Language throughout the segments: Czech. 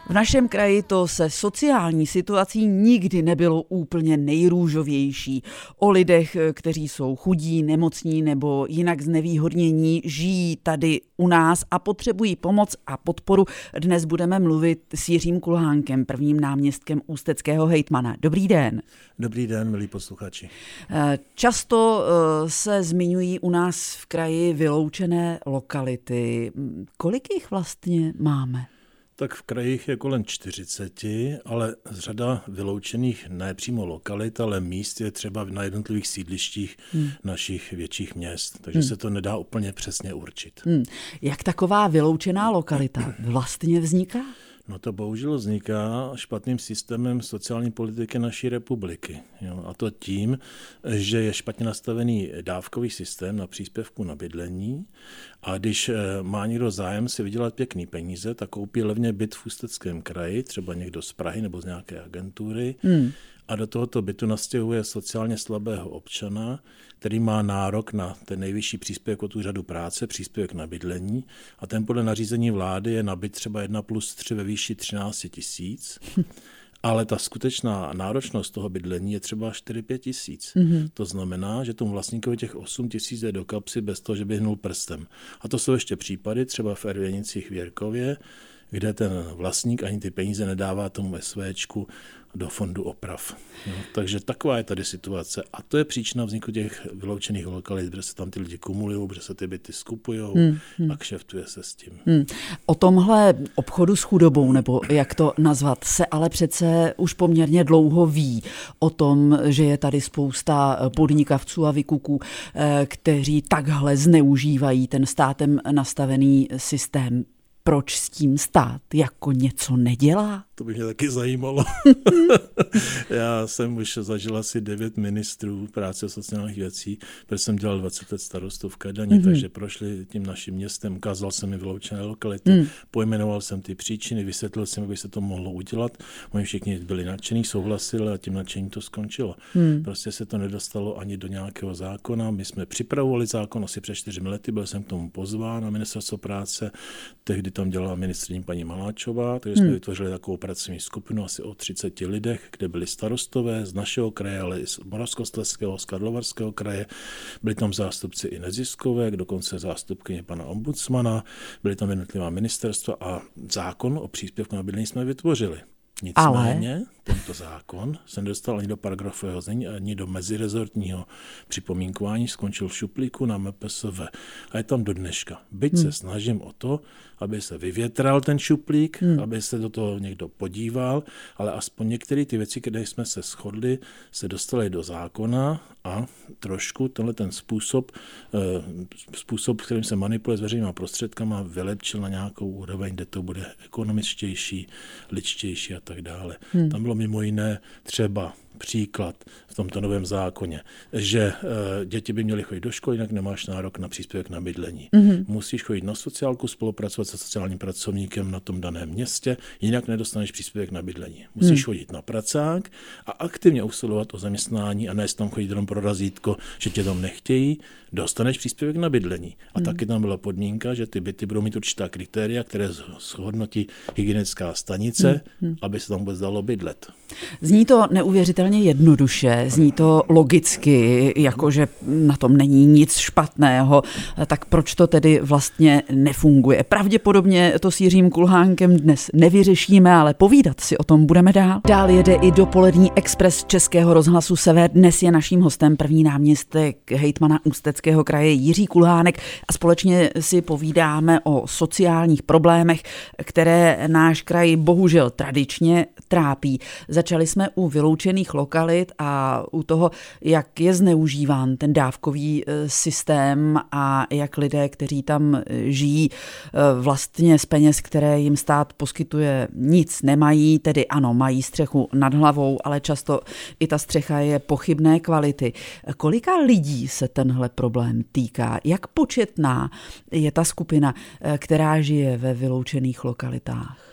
V našem kraji to se sociální situací nikdy nebylo úplně nejrůžovější. O lidech, kteří jsou chudí, nemocní nebo jinak znevýhodnění, žijí tady u nás a potřebují pomoc a podporu. Dnes budeme mluvit s Jiřím Kulhánkem, prvním náměstkem ústeckého hejtmana. Dobrý den. Dobrý den, milí posluchači. Často se zmiňují u nás v kraji vyloučené lokality. Kolik jich vlastně máme? Tak v krajích je kolem 40, ale řada vyloučených ne přímo lokalit, ale míst je třeba na jednotlivých sídlištích našich větších měst, takže se to nedá úplně přesně určit. Jak taková vyloučená lokalita vlastně vzniká? No to bohužel vzniká špatným systémem sociální politiky naší republiky. Jo? A to tím, že je špatně nastavený dávkový systém na příspěvku na bydlení a když má někdo zájem si vydělat pěkný peníze, tak koupí levně byt v Ústeckém kraji, třeba někdo z Prahy nebo z nějaké agentury, a do tohoto bytu nastěhuje sociálně slabého občana, který má nárok na ten nejvyšší příspěvek od úřadu práce, příspěvek na bydlení, a ten podle nařízení vlády je na byt třeba 1+3 ve výši 13 000, ale ta skutečná náročnost toho bydlení je třeba 4-5 tisíc. To znamená, že tomu vlastníkovi těch 8 000 jde do kapsy bez toho, že by hnul prstem. A to jsou ještě případy třeba v Ervěnicích v Jirkově, kde ten vlastník ani ty peníze nedává tomu SVčku do fondu oprav. No, takže taková je tady situace. A to je příčina vzniku těch vyloučených lokalit, protože se tam ty lidi kumulují, protože se ty byty skupujou a kšeftuje se s tím. O tomhle obchodu s chudobou, nebo jak to nazvat, se ale přece už poměrně dlouho ví. O tom, že je tady spousta podnikavců a vykuků, kteří takhle zneužívají ten státem nastavený systém. Proč s tím stát jako něco nedělá? To by mě taky zajímalo. Já jsem už zažil asi 9 ministrů práce a sociálních věcí, protože jsem dělal 20 let starostu v Kadani, takže prošli tím naším městem, ukázal jsem mi vyloučené lokality, pojmenoval jsem ty příčiny, vysvětlil jsem, jak se to mohlo udělat. Oni všichni byli nadšení, souhlasili a tím nadšením to skončilo. Prostě se to nedostalo ani do nějakého zákona. My jsme připravovali zákon asi před 4 lety, byl jsem k tomu pozván na ministerstvo práce, tehdy tam dělala ministryní paní Maláčová, takže jsme vytvořili takovou pracovní skupinu asi o 30 lidech, kde byli starostové z našeho kraje, ale i z Moravskoslezského, z Karlovarského kraje. Byli tam zástupci i neziskovek, dokonce zástupkyně pana ombudsmana, byly tam jednotlivá ministerstva a zákon o příspěvku na bydlení jsme vytvořili. Nicméně tento zákon se nedostal ani do paragrafového znění, ani do mezirezortního připomínkování, skončil v šuplíku na MPSV. A je tam do dneška. Byť se snažím o to, aby se vyvětral ten šuplík, aby se do toho někdo podíval, ale aspoň některé ty věci, které jsme se shodli, se dostaly do zákona a trošku tenhle ten způsob, kterým se manipuluje s veřejnými prostředkama, vylepšil na nějakou úroveň, kde to bude ekonomičtější, lidštější a tak dále. Tam bylo mimo jiné třeba příklad v tomto novém zákoně, že děti by měly chodit do školy, jinak nemáš nárok na příspěvek na bydlení. Musíš chodit na sociálku, spolupracovat se sociálním pracovníkem na tom daném městě, jinak nedostaneš příspěvek na bydlení. Musíš chodit na pracák a aktivně usilovat o zaměstnání a ne tam chodit jenom pro razítko, že tě tam nechtějí, dostaneš příspěvek na bydlení. A taky tam byla podmínka, že ty byty budou mít určitá kritéria, které shodnotí hygienická stanice, aby se tam vůbec dalo bydlet. Zní to neuvěřitelně jednoduše, zní to logicky, jakože na tom není nic špatného, tak proč to tedy vlastně nefunguje? Pravděpodobně to s Jiřím Kulhánkem dnes nevyřešíme, ale povídat si o tom budeme dál. Dál jede i dopolední expres Českého rozhlasu Sever. Dnes je naším hostem první náměstek hejtmana Ústeckého kraje Jiří Kulhánek a společně si povídáme o sociálních problémech, které náš kraj bohužel tradičně trápí. Začali jsme u vyloučených lokalit a u toho, jak je zneužíván ten dávkový systém a jak lidé, kteří tam žijí, vlastně z peněz, které jim stát poskytuje, nic nemají, tedy ano, mají střechu nad hlavou, ale často i ta střecha je pochybné kvality. Kolika lidí se tenhle problém týká? Jak početná je ta skupina, která žije ve vyloučených lokalitách?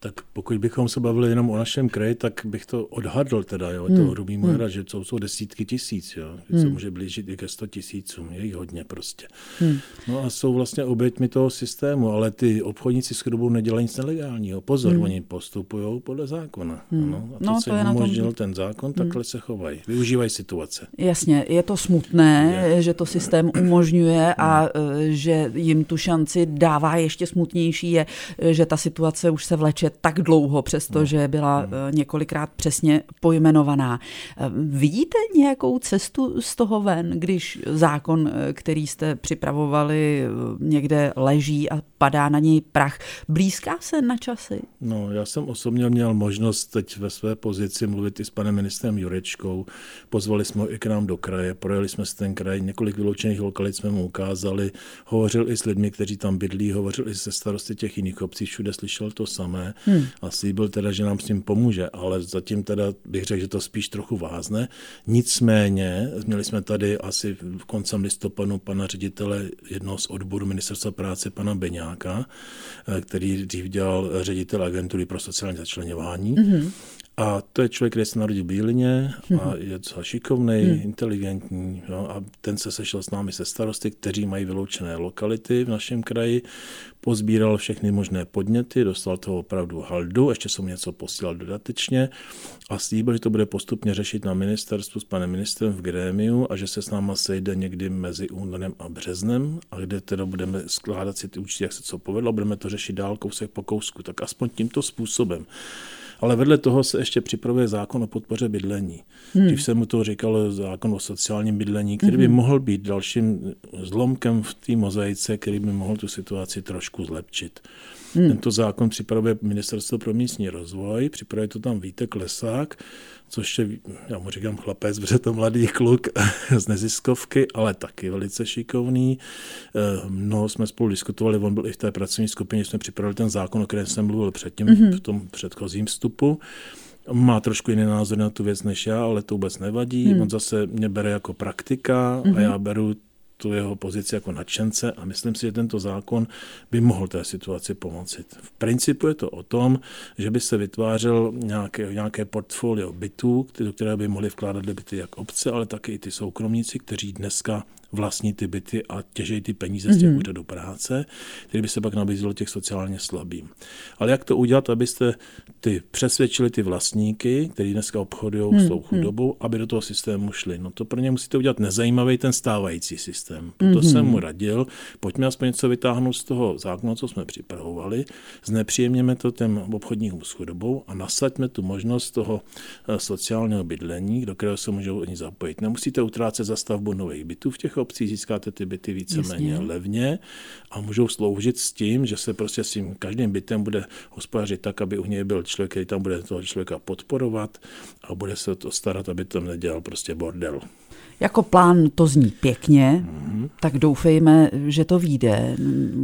Tak pokud bychom se bavili jenom o našem kraji, tak bych to odhadl teda, jo, toho hrubýmu hra, že to jsou desítky tisíc, jo, se může blížit i ke 100 000, je jich hodně prostě. No a jsou vlastně oběťmi toho systému, ale ty obchodníci s chudobou nedělají nic nelegálního. Pozor, oni postupují podle zákona. No, a to, co jim umožnil ten zákon, takhle se chovají. Využívají situace. Jasně, je to smutné, že to systém umožňuje a že jim tu šanci dává. Ještě smutnější je, že ta situace už se vleče tak dlouho, přestože byla několikrát přesně pojmenovaná. Vidíte nějakou cestu z toho ven, když zákon, který jste připravovali, někde leží a padá na něj prach? Blízká se na časy? No, já jsem osobně měl možnost teď ve své pozici mluvit i s panem ministrem Jurečkou. Pozvali jsme ho i k nám do kraje, projeli jsme si ten kraj, několik vyloučených lokalit jsme mu ukázali, hovořil i s lidmi, kteří tam bydlí, hovořil i se starosty těch jiných obcí, všude slyšel to samé a slíbil teda, že nám s tím pomůže, ale zatím teda bych řekl, že to spíš trochu vázne. Nicméně, měli jsme tady asi v koncem listopadu pana ředitele jednoho z odborů Ministerstva práce, pana Beňáka, který dřív dělal ředitel agentury pro sociální začleňování. A to je člověk, který se narodil v Bílině a je docela šikovnej, inteligentní. Jo, a ten se sešel s námi se starosty, kteří mají vyloučené lokality v našem kraji, pozbíral všechny možné podněty, dostal toho opravdu haldu, ještě jsem něco posílal dodatečně a slíbil, že to bude postupně řešit na ministerstvu s panem ministrem v grémiu a že se s náma sejde někdy mezi únorem a březnem a kde teda budeme skládat si ty účty, jak se co povedlo, budeme to řešit dál kousek po kousku, tak aspoň tímto způsobem. Ale vedle toho se ještě připravuje zákon o podpoře bydlení. Když jsem mu to říkal, zákon o sociálním bydlení, který by mohl být dalším zlomkem v té mozaice, který by mohl tu situaci trošku zlepšit. Tento zákon připravuje Ministerstvo pro místní rozvoj, připravuje to tam Vítek Lesák, což je, já mu říkám chlapec, protože to mladý kluk z neziskovky, ale taky velice šikovný. Mnoho jsme spolu diskutovali, on byl i v té pracovní skupině, jsme připravili ten zákon, o kterém jsem mluvil předtím, v tom předchozím vstupu. Má trošku jiný názor na tu věc než já, ale to vůbec nevadí. On zase mě bere jako praktika a já beru tu jeho pozici jako nadšence a myslím si, že tento zákon by mohl té situaci pomoci. V principu je to o tom, že by se vytvářel nějaké portfolio bytů, do které by mohly vkládat byty jak obce, ale taky i ty soukromníci, kteří dneska vlastní ty byty a těžejí ty peníze z těch úřadů práce, který by se pak nabízelo těch sociálně slabým. Ale jak to udělat, abyste přesvědčili ty vlastníky, kteří dneska obchodují s tou chudobou, aby do toho systému šli? No to pro ně musíte udělat nezajímavý ten stávající systém. Proto jsem mu radil, pojďme aspoň něco vytáhnout z toho zákona, co jsme připravovali, znepříjemněme to těm obchodníkům s chudobou a nasaďme tu možnost toho sociálního bydlení, do kterého se můžou oni zapojit. Nemusíte utrácet za stavbu nových bytů v těch obcí, získáte ty byty víceméně levně a můžou sloužit s tím, že se prostě s tím každým bytem bude hospodařit tak, aby u něj byl člověk, který tam bude toho člověka podporovat a bude se to starat, aby tam nedělal prostě bordel. Jako plán to zní pěkně, tak doufejme, že to vyjde,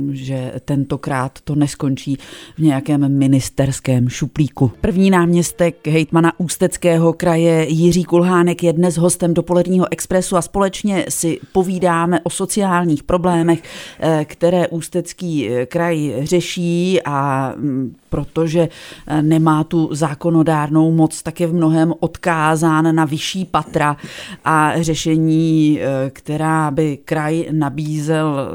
že tentokrát to neskončí v nějakém ministerském šuplíku. První náměstek hejtmana Ústeckého kraje Jiří Kulhánek je dnes hostem Dopoledního expresu a společně si povídáme o sociálních problémech, které Ústecký kraj řeší a protože nemá tu zákonodárnou moc, tak je v mnohém odkázán na vyšší patra a řešení, která by kraj nabízel,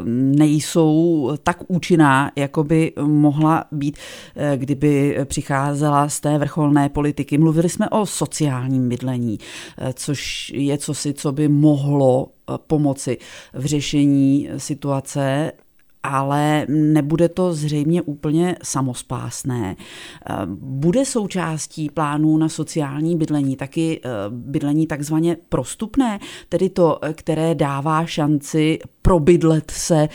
nejsou tak účinná, jako by mohla být, kdyby přicházela z té vrcholné politiky. Mluvili jsme o sociálním bydlení, což je cosi, co by mohlo pomoci v řešení situace, ale nebude to zřejmě úplně samospásné. Bude součástí plánů na sociální bydlení taky bydlení takzvaně prostupné, tedy to, které dává šanci probydlet se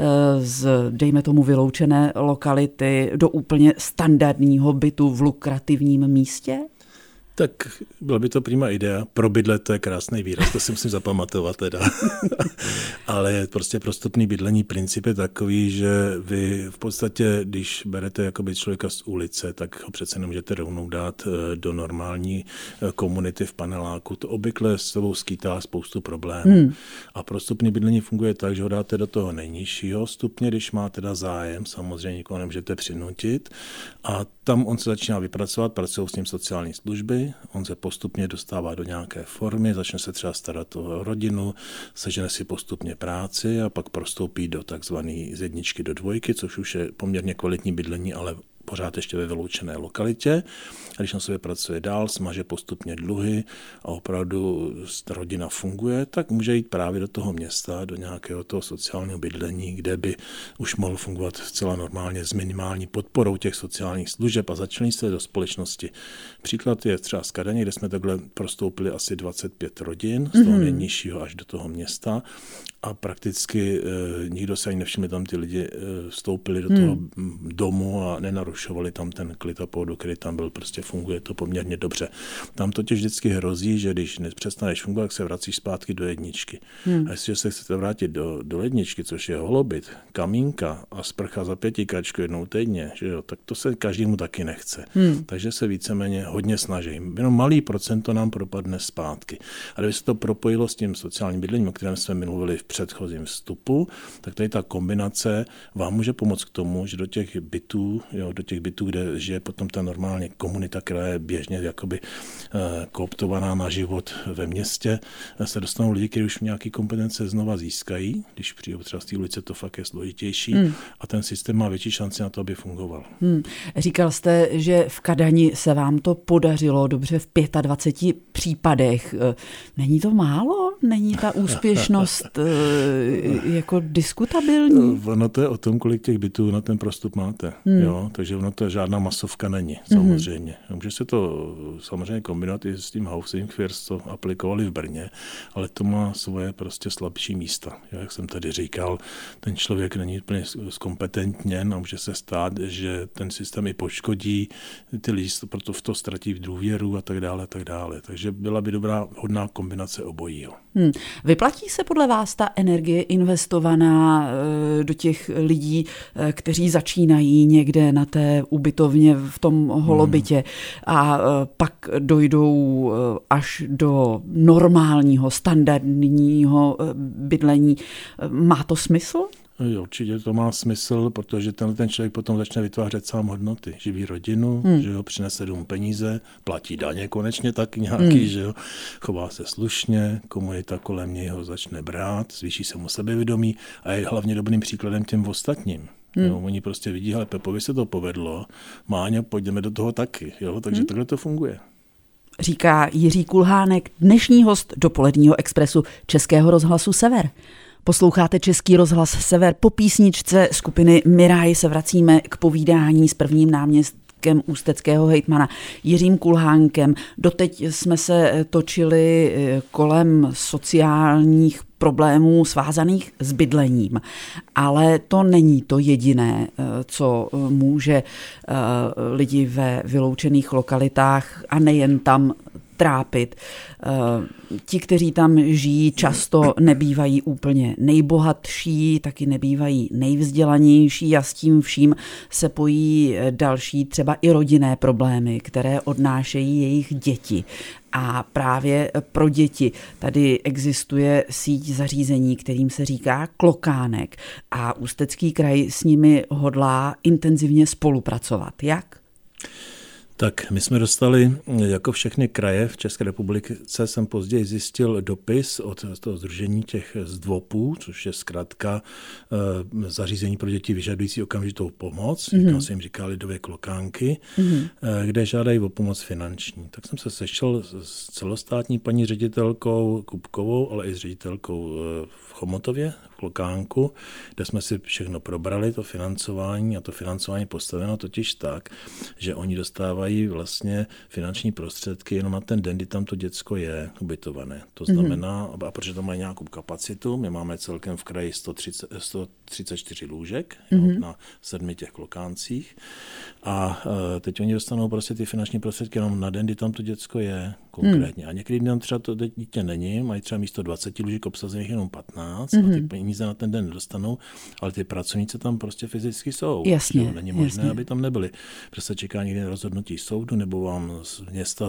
z, dejme tomu, vyloučené lokality do úplně standardního bytu v lukrativním místě? Tak byla by to prima idea. Probydlet, to je krásný výraz, to si musím zapamatovat teda. Ale prostě prostupný bydlení princip je takový, že vy v podstatě, když berete jakoby člověka z ulice, tak ho přece nemůžete rovnou dát do normální komunity v paneláku. To obvykle s sebou skýtá spoustu problémů. A prostupný bydlení funguje tak, že ho dáte do toho nejnižšího stupně, když má teda zájem, samozřejmě nikoho nemůžete přinutit. A tam on se začíná vypracovat, pracují s ním sociální služby, on se postupně dostává do nějaké formy, začne se třeba starat o rodinu, sežene si postupně práci a pak prostoupí do takzvané z 1 do 2, což už je poměrně kvalitní bydlení, ale pořád ještě ve vyloučené lokalitě. A když na sobě pracuje dál, smaže postupně dluhy a opravdu rodina funguje, tak může jít právě do toho města, do nějakého toho sociálního bydlení, kde by už mohl fungovat zcela normálně s minimální podporou těch sociálních služeb a začlenit se do společnosti. Příklad je třeba z Kadaně, kde jsme takhle prostoupili asi 25 rodin, z toho nejnižšího až do toho města a prakticky nikdo se ani nevšiml, tam ty lidi vstoupili do toho domu a nenarušovali tam ten klid a pohodu, který tam byl, prostě funguje to poměrně dobře. Tam totiž vždycky hrozí, že když přestaneš fungovat, tak se vracíš zpátky do 1. A jestliže se chcete vrátit do 1, což je holobyt, kamínka a sprcha za 5 kačku jednou týdně, že jo, tak to se každému taky nechce. Takže se víceméně hodně snaží. Jenom malý procento nám propadne zpátky. A kdyby se to propojilo s tím sociálním bydlením, o kterém jsme mluvili v předchozím vstupu, tak tady ta kombinace vám může pomoct k tomu, že do těch bytů, kde žije potom ta normálně komunita, která je běžně jakoby kooptovaná na život ve městě, se dostanou lidi, kteří už nějaké kompetence znova získají, když přijdou třeba z té ulice, to fakt je složitější a ten systém má větší šanci na to, aby fungoval. Říkal jste, že v Kadani se vám to podařilo dobře v 25 případech. Není to málo? Není ta úspěšnost jako diskutabilní? Ono to je o tom, kolik těch bytů na ten prostup máte. Jo? Takže ono to žádná masovka není, samozřejmě. Může se to samozřejmě kombinovat i s tím Housing First, co aplikovali v Brně, ale to má svoje prostě slabší místa. Jak jsem tady říkal, ten člověk není úplně zkompetentněn a může se stát, že ten systém i poškodí, ty lidi proto v to ztratí v důvěru a tak dále, a tak dále. Takže byla by dobrá hodná kombinace obojího. Vyplatí se podle vás ta energie investovaná do těch lidí, kteří začínají někde na té ubytovně v tom holobytě a pak dojdou až do normálního, standardního bydlení? Má to smysl? Jo, určitě to má smysl, protože ten člověk potom začne vytvářet sám hodnoty. Živí rodinu, že jo, přinese domů peníze, platí daně konečně taky nějaký, že jo, chová se slušně, komunita kolem něj ho začne brát, zvýší se mu sebevědomí a je hlavně dobrým příkladem těm ostatním. Jo, oni prostě vidí, hele, Pepovi se to povedlo, Máňo, pojďme do toho taky, jo, takže takhle to funguje. Říká Jiří Kulhánek, dnešní host dopoledního expresu Českého rozhlasu Sever. Posloucháte Český rozhlas Sever. Po písničce skupiny Miraj se vracíme k povídání s prvním náměstkem ústeckého hejtmana Jiřím Kulhánkem. Doteď jsme se točili kolem sociálních problémů svázaných s bydlením. Ale to není to jediné, co může lidi ve vyloučených lokalitách a nejen tam trápit. Ti, kteří tam žijí, často nebývají úplně nejbohatší, taky nebývají nejvzdělanější a s tím vším se pojí další třeba i rodinné problémy, které odnášejí jejich děti. A právě pro děti tady existuje síť zařízení, kterým se říká Klokánek a Ústecký kraj s nimi hodlá intenzivně spolupracovat. Jak? Tak my jsme dostali, jako všechny kraje v České republice, jsem později zjistil dopis od toho sdružení těch zdvopů, což je zkrátka zařízení pro děti vyžadující okamžitou pomoc, kam se jim říká lidově klokánky, kde žádají o pomoc finanční. Tak jsem se sešel s celostátní paní ředitelkou Kupkovou, ale i s ředitelkou v Chomotově, v Klokánku, kde jsme si všechno probrali, to financování, a to financování postaveno totiž tak, že oni dostávají vlastně finanční prostředky jenom na ten den, kdy tam to děcko je ubytované. To znamená, a protože to mají nějakou kapacitu, my máme celkem v kraji 134 lůžek na 7 těch klokáncích a teď oni dostanou prostě ty finanční prostředky jenom na den, kdy tam to děcko je konkrétně. A někdy tam třeba to dítě není, mají třeba místo 20 lůžek obsazených jenom 15 a ty peníze na ten den nedostanou, ale ty pracovníci tam prostě fyzicky jsou. Jasně, není možné, jasně. aby tam nebyli. Protože se čeká někdy na rozhodnutí soudu, nebo vám z města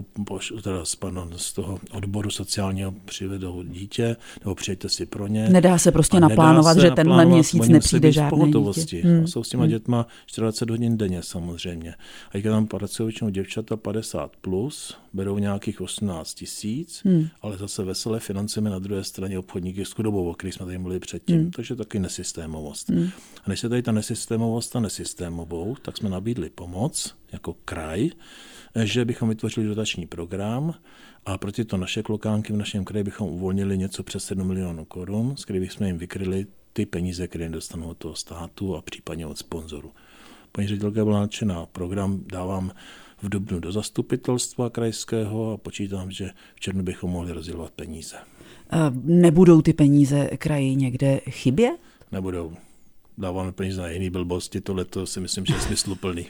z toho odboru sociálního přivedou dítě, nebo přijďte si pro ně. Nedá se prostě naplánovat, že tenhle měsíc nepřijde žádné dítě. A jsou s těma dětma 24 hodin denně samozřejmě. A když tam pracují většinou děvčata 50+, berou nějakých 18 000, ale zase veselé financujeme na druhé straně obchodníky s chudobou, o kterých jsme tady mluvili předtím. Takže taky nesystémovost. A než se tady ta nesystémovost a nesystémovou, tak jsme nabídli pomoc jako kraj, že bychom vytvořili dotační program a pro tyto naše klokánky v našem kraji bychom uvolnili něco přes 7 milionů korun, s kterými bychom jim vykryli ty peníze, které dostanou od toho státu a případně od sponzorů. Paní ředitelka byla nadšená. Program dávám v dubnu do zastupitelstva krajského a počítám, že v červnu bychom mohli rozdělovat peníze. Nebudou ty peníze kraji někde chybět? Nebudou. Dáváme peníze na jiný blbosti, tohleto si myslím, že je smysluplný.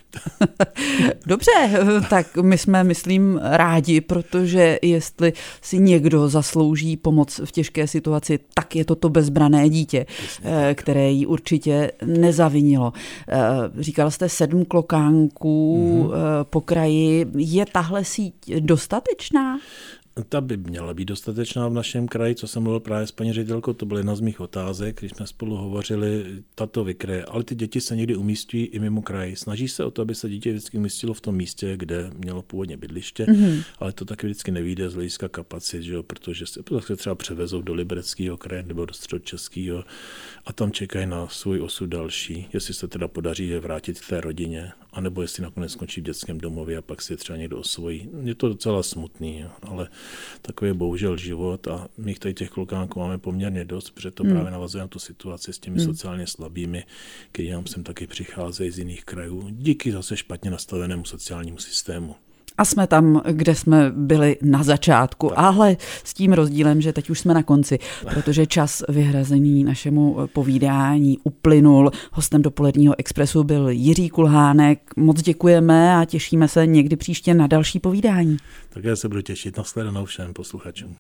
Dobře, tak my jsme, myslím, rádi, protože jestli si někdo zaslouží pomoc v těžké situaci, tak je to bezbrané dítě, které jí určitě nezavinilo. Říkal jste 7 klokánků po kraji. Je tahle síť dostatečná? Ta by měla být dostatečná v našem kraji, co jsem mluvil právě s paní ředitelkou, to byla jedna z mých otázek, když jsme spolu hovořili, tato vykryje, ale ty děti se někdy umístují i mimo kraj. Snaží se o to, aby se dítě vždycky umístilo v tom místě, kde mělo původně bydliště, ale to taky vždycky nevyjde z hlediska kapacit, že jo, protože se třeba převezou do Libereckého kraje nebo do Středočeského a tam čekají na svůj osud další, jestli se teda podaří je vrátit k té rodině, anebo jestli nakonec skončí v dětském domově a pak si třeba někdo osvojí. Je to docela smutný, ale takový je bohužel život a my tady těch klokánků máme poměrně dost, protože to právě navazuje na tu situaci s těmi sociálně slabými, kteří nám sem taky přicházejí z jiných krajů, díky zase špatně nastavenému sociálnímu systému. A jsme tam, kde jsme byli na začátku, ale s tím rozdílem, že teď už jsme na konci, protože čas vyhrazený našemu povídání uplynul. Hostem Dopoledního expresu byl Jiří Kulhánek. Moc děkujeme a těšíme se někdy příště na další povídání. Tak já se budu těšit. Nashledanou všem posluchačům.